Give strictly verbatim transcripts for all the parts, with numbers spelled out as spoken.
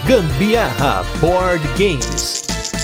Gambiarra Board Games.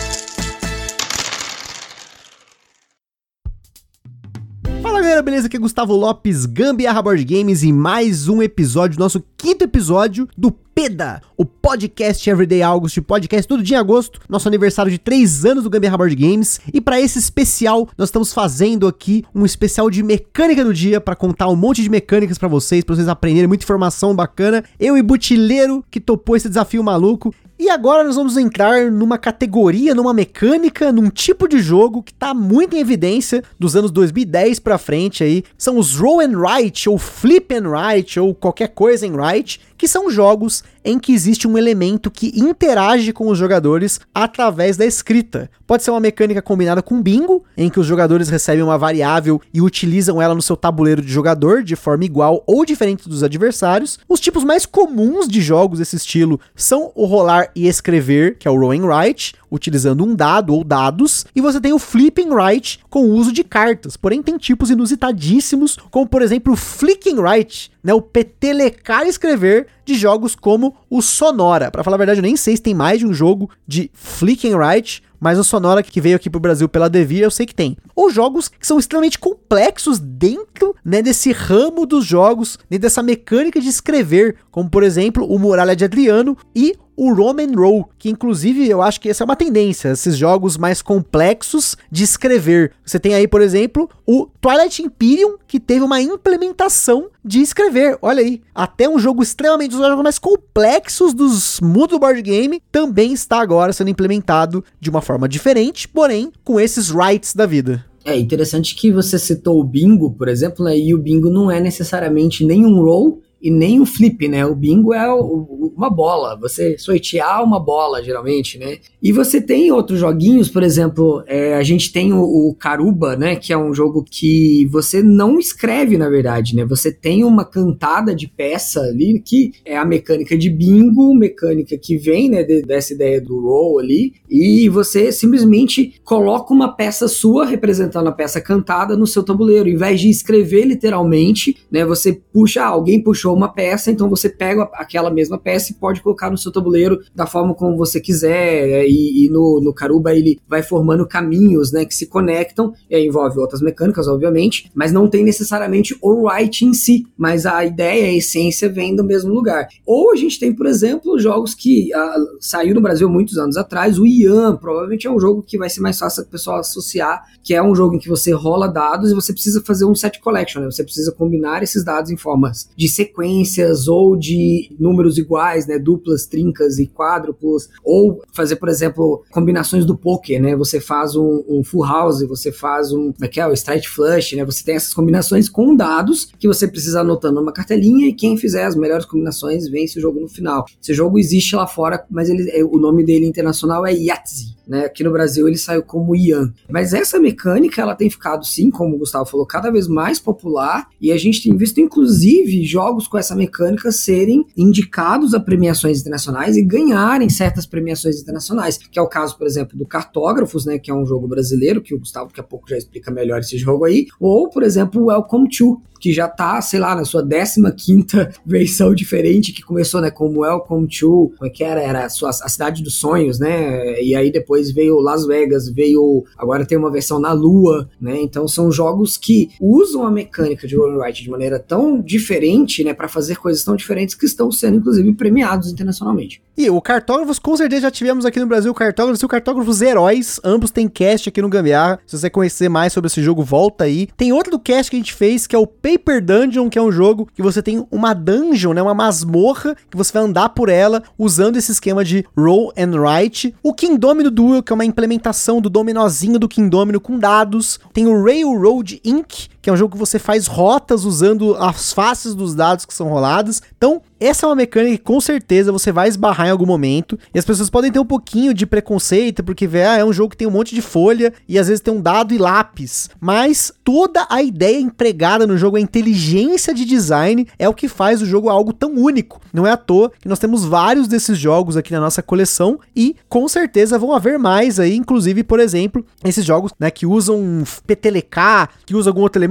Fala galera, beleza? Aqui é Gustavo Lopes, Gambiarra Board Games, e mais um episódio, nosso quinto episódio do PEDA, o Podcast Everyday August, podcast todo dia em agosto, nosso aniversário de três anos do Gambiarra Board Games. E para esse especial, nós estamos fazendo aqui um especial de mecânica do dia, para contar um monte de mecânicas para vocês, para vocês aprenderem muita informação bacana. Eu e Butileiro, que topou esse desafio maluco. E agora nós vamos entrar numa categoria, numa mecânica, num tipo de jogo que tá muito em evidência dos anos dois mil e dez pra frente aí. São os Roll and Write, ou Flip and Write, ou qualquer coisa em Write, que são jogos em que existe um elemento que interage com os jogadores através da escrita. Pode ser uma mecânica combinada com bingo, em que os jogadores recebem uma variável e utilizam ela no seu tabuleiro de jogador de forma igual ou diferente dos adversários. Os tipos mais comuns de jogos desse estilo são o rolar e escrever, que é o Roll and Write, utilizando um dado ou dados, e você tem o Flip and Write com o uso de cartas, porém tem tipos inusitadíssimos, como por exemplo o Flick and Write, né, o petelecar e escrever de jogos como o Sonora. Pra falar a verdade, eu nem sei se tem mais de um jogo de Flick and Write, mas o Sonora, que veio aqui pro Brasil pela Devir, eu sei que tem. Ou jogos que são extremamente complexos dentro, né, desse ramo dos jogos, dentro dessa mecânica de escrever, como por exemplo o Muralha de Adriano e o Roman Roll, que inclusive eu acho que essa é uma tendência, esses jogos mais complexos de escrever. Você tem aí, por exemplo, o Twilight Imperium, que teve uma implementação de escrever. Olha aí, até um jogo extremamente, um dos jogos mais complexos dos mundos do board game, também está agora sendo implementado de uma forma diferente, porém com esses writes da vida. É interessante que você citou o bingo, por exemplo, né, e o bingo não é necessariamente nem um roll e nem um flip, né? O bingo é o, uma bola, você sortear uma bola, geralmente, né? E você tem outros joguinhos, por exemplo, é, a gente tem o, o Caruba, né? Que é um jogo que você não escreve, na verdade, né? Você tem uma cantada de peça ali, que é a mecânica de bingo, mecânica que vem, né, de, dessa ideia do roll ali, e você simplesmente coloca uma peça sua, representando a peça cantada, no seu tabuleiro. Em vez de escrever literalmente, né? Você puxa, ah, alguém puxou uma peça, então você pega aquela mesma peça e pode colocar no seu tabuleiro da forma como você quiser, e, e no, no Caruba ele vai formando caminhos, né, que se conectam, e aí envolve outras mecânicas, obviamente, mas não tem necessariamente o write em si, mas a ideia, a essência vem do mesmo lugar. Ou a gente tem, por exemplo, jogos que ah, saiu no Brasil muitos anos atrás, o Ian, provavelmente é um jogo que vai ser mais fácil a pessoa associar, que é um jogo em que você rola dados e você precisa fazer um set collection, né, você precisa combinar esses dados em formas de sequência ou de números iguais, né, duplas, trincas e quádruplos, ou fazer, por exemplo, combinações do poker, né, você faz um, um full house, você faz um, como é que é, o straight flush, né, você tem essas combinações com dados que você precisa anotando numa cartelinha, e quem fizer as melhores combinações vence o jogo no final. Esse jogo existe lá fora, mas ele, o nome dele internacional é Yahtzee, né, aqui no Brasil ele saiu como Ian. Mas essa mecânica, ela tem ficado, sim, como o Gustavo falou, cada vez mais popular, e a gente tem visto, inclusive, jogos com essa mecânica serem indicados a premiações internacionais e ganharem certas premiações internacionais, que é o caso, por exemplo, do Cartógrafos, né, que é um jogo brasileiro, que o Gustavo daqui a pouco já explica melhor esse jogo aí, ou, por exemplo, o Welcome to, que já tá, sei lá, na sua décima quinta versão diferente, que começou, né, como Welcome to, como é que era? Era a, sua, a Cidade dos Sonhos, né, e aí depois veio Las Vegas, veio, agora tem uma versão na Lua, né, então são jogos que usam a mecânica de roll and write de maneira tão diferente, né, para fazer coisas tão diferentes, que estão sendo, inclusive, premiados internacionalmente. E o Cartógrafos, com certeza já tivemos aqui no Brasil o Cartógrafos e o Cartógrafos Heróis, ambos tem cast aqui no Gambiarra. Se você conhecer mais sobre esse jogo, volta aí. Tem outro do cast que a gente fez, que é o Paper Dungeon, que é um jogo que você tem uma dungeon, né, uma masmorra, que você vai andar por ela, usando esse esquema de Roll and Write. O Kingdomino Duel, que é uma implementação do dominozinho do Kingdomino com dados. Tem o Railroad Incorporated, que é um jogo que você faz rotas usando as faces dos dados que são roladas. Então, essa é uma mecânica que com certeza você vai esbarrar em algum momento, e as pessoas podem ter um pouquinho de preconceito, porque ah, é um jogo que tem um monte de folha, e às vezes tem um dado e lápis, mas toda a ideia empregada no jogo, a inteligência de design, é o que faz o jogo algo tão único. Não é à toa que nós temos vários desses jogos aqui na nossa coleção, e com certeza vão haver mais aí, inclusive, por exemplo, esses jogos, né, que usam petelecar, que usam algum outro elemento.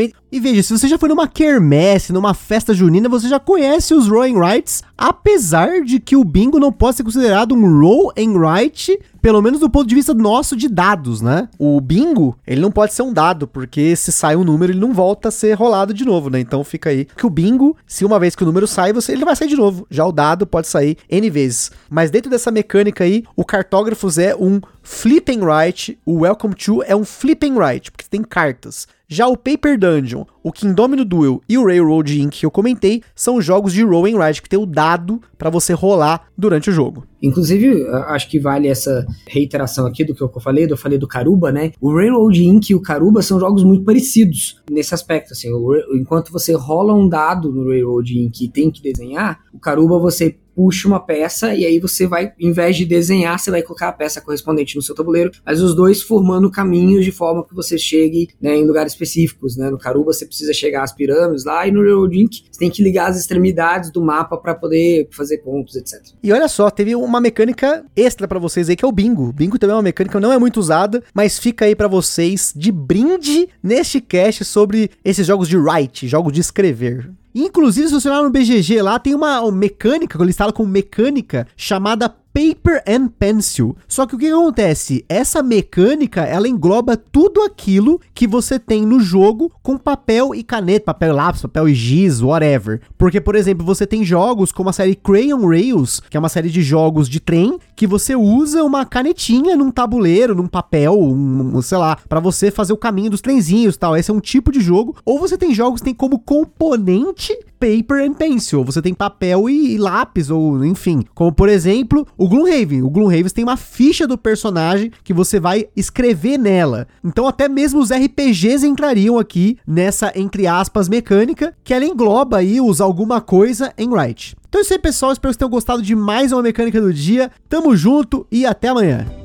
Exatamente. E veja, se você já foi numa quermesse, numa festa junina, você já conhece os Roll and Rights, apesar de que o bingo não pode ser considerado um Roll and Write, pelo menos do ponto de vista nosso de dados, né? O bingo, ele não pode ser um dado, porque se sai um número, ele não volta a ser rolado de novo, né? Então fica aí que o bingo, se uma vez que o número sai, você, ele vai sair de novo. Já o dado pode sair N vezes. Mas dentro dessa mecânica aí, o Cartógrafos é um Flip and Write, o Welcome to é um Flip and Write, porque tem cartas. Já o Paper Dungeon, o Kingdomino Duel e o Railroad Incorporated que eu comentei são jogos de Roll and Write que tem o dado para você rolar durante o jogo. Inclusive, acho que vale essa reiteração aqui do que eu falei, eu falei do Karuba, né? O Railroad Incorporated e o Karuba são jogos muito parecidos nesse aspecto, assim, o, enquanto você rola um dado no Railroad Incorporated e tem que desenhar, o Karuba você puxa uma peça e aí você vai, em vez de desenhar, você vai colocar a peça correspondente no seu tabuleiro, mas os dois formando caminhos de forma que você chegue, né, em lugares específicos, né? No Karuba você precisa chegar às pirâmides lá e no Railroad Incorporated você tem que ligar as extremidades do mapa para poder fazer pontos, etcétera. E olha só, teve uma mecânica extra para vocês aí que é o bingo. O bingo também é uma mecânica que não é muito usada, mas fica aí para vocês de brinde neste cast sobre esses jogos de write, jogos de escrever. Inclusive, se você olhar no B G G lá, tem uma mecânica, que eles falam como mecânica, chamada Paper and Pencil. Só que o que acontece? Essa mecânica, ela engloba tudo aquilo que você tem no jogo com papel e caneta, papel e lápis, papel e giz, whatever. Porque, por exemplo, você tem jogos como a série Crayon Rails, que é uma série de jogos de trem, que você usa uma canetinha num tabuleiro, num papel, um, sei lá, pra você fazer o caminho dos trenzinhos e tal. Esse é um tipo de jogo. Ou você tem jogos que tem como componente Paper and Pencil, você tem papel e, e lápis, ou enfim, como por exemplo, o Gloomhaven. O Gloomhaven tem uma ficha do personagem que você vai escrever nela. Então até mesmo os R P Gs entrariam aqui nessa, entre aspas, mecânica, que ela engloba aí os alguma coisa em write. Então é isso aí, pessoal, espero que vocês tenham gostado de mais uma mecânica do dia. Tamo junto e até amanhã.